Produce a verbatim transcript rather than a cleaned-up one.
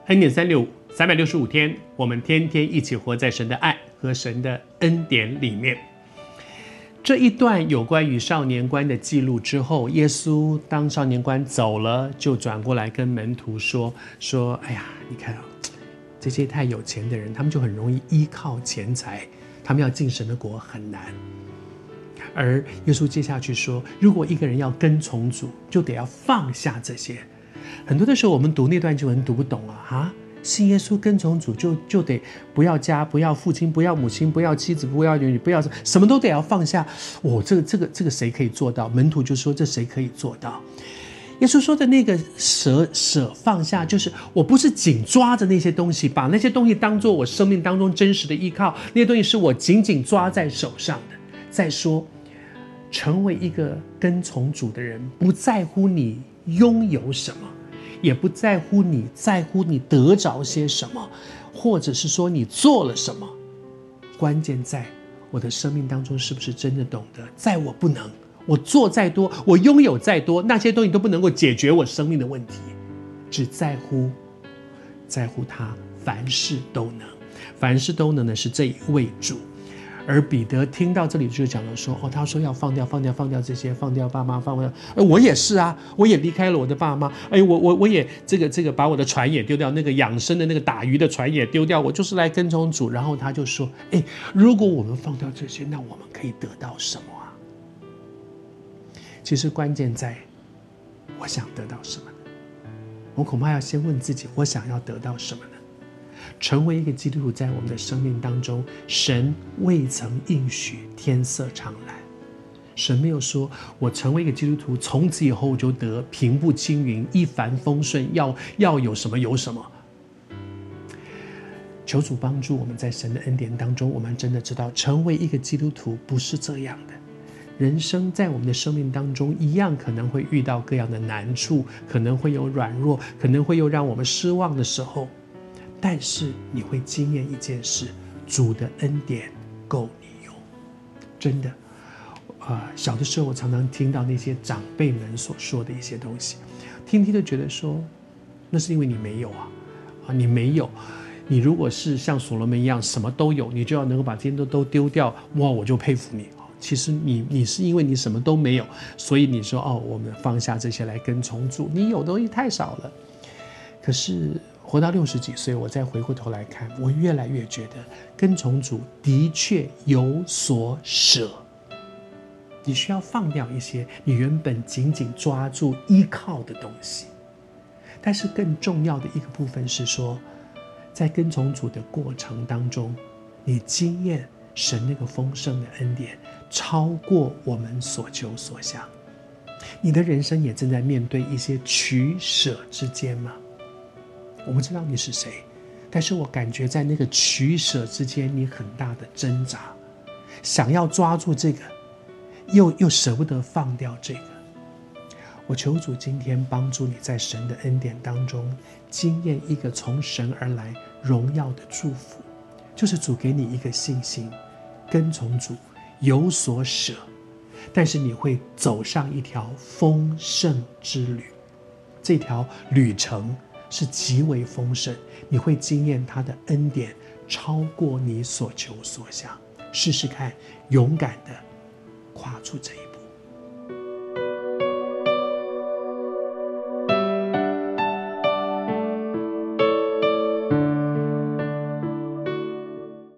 恩典三六五，三百六十五天，我们天天一起活在神的爱和神的恩典里面。这一段有关于少年官的记录之后，耶稣当少年官走了，就转过来跟门徒说：“说，哎呀，你看啊，这些太有钱的人，他们就很容易依靠钱财，他们要进神的国很难。”而耶稣接下去说，如果一个人要跟从主，就得要放下这些。很多的时候我们读那段经文读不懂啊，啊，信耶稣跟从主就就得不要家，不要父亲，不要母亲，不要妻子，不要儿女，不要什么都得要放下。哦，这个这个这个谁可以做到？门徒就说这谁可以做到？耶稣说的那个舍舍放下，就是我不是紧抓着那些东西，把那些东西当作我生命当中真实的依靠，那些东西是我紧紧抓在手上的。再说，成为一个跟从主的人，不在乎你拥有什么，也不在乎你在乎你得着些什么，或者是说你做了什么，关键在我的生命当中是不是真的懂得，在我不能，我做再多，我拥有再多，那些东西都不能够解决我生命的问题，只在乎在乎他凡事都能。凡事都能的是这一位主。而彼得听到这里就讲了说，哦，他说要放掉放掉放掉这些，放掉爸妈，放掉，哎，我也是啊，我也离开了我的爸妈，哎，我我我也这个这个把我的船也丢掉，那个养生的那个打鱼的船也丢掉，我就是来跟从主。然后他就说，哎，如果我们放掉这些，那我们可以得到什么啊？其实关键在我想得到什么呢？我恐怕要先问自己，我想要得到什么呢？成为一个基督徒，在我们的生命当中，神未曾应许天色常蓝。神没有说我成为一个基督徒，从此以后就得平步青云，一帆风顺，要要有什么有什么。求主帮助我们，在神的恩典当中，我们真的知道，成为一个基督徒不是这样的。人生在我们的生命当中，一样可能会遇到各样的难处，可能会有软弱，可能会有让我们失望的时候。但是你会经验一件事，主的恩典够你用。真的、呃、小的时候我常常听到那些长辈们所说的一些东西，听听就觉得说，那是因为你没有啊，啊你没有，你如果是像所罗门一样什么都有，你就要能够把这些都都丢掉，哇，我就佩服你。其实你你是因为你什么都没有，所以你说哦，我们放下这些来跟从主，你有的东西太少了。可是活到六十几岁，我再回过头来看，我越来越觉得跟从主的确有所舍。你需要放掉一些你原本紧紧抓住依靠的东西，但是更重要的一个部分是说，在跟从主的过程当中，你经验神那个丰盛的恩典超过我们所求所想。你的人生也正在面对一些取舍之间吗？我不知道你是谁，但是我感觉在那个取舍之间，你很大的挣扎，想要抓住这个，又又舍不得放掉这个。我求主今天帮助你在神的恩典当中，经验一个从神而来荣耀的祝福，就是主给你一个信心，跟从主有所舍，但是你会走上一条丰盛之旅，这条旅程是极为丰盛，你会经验他的恩典超过你所求所想。试试看，勇敢的跨出这一步。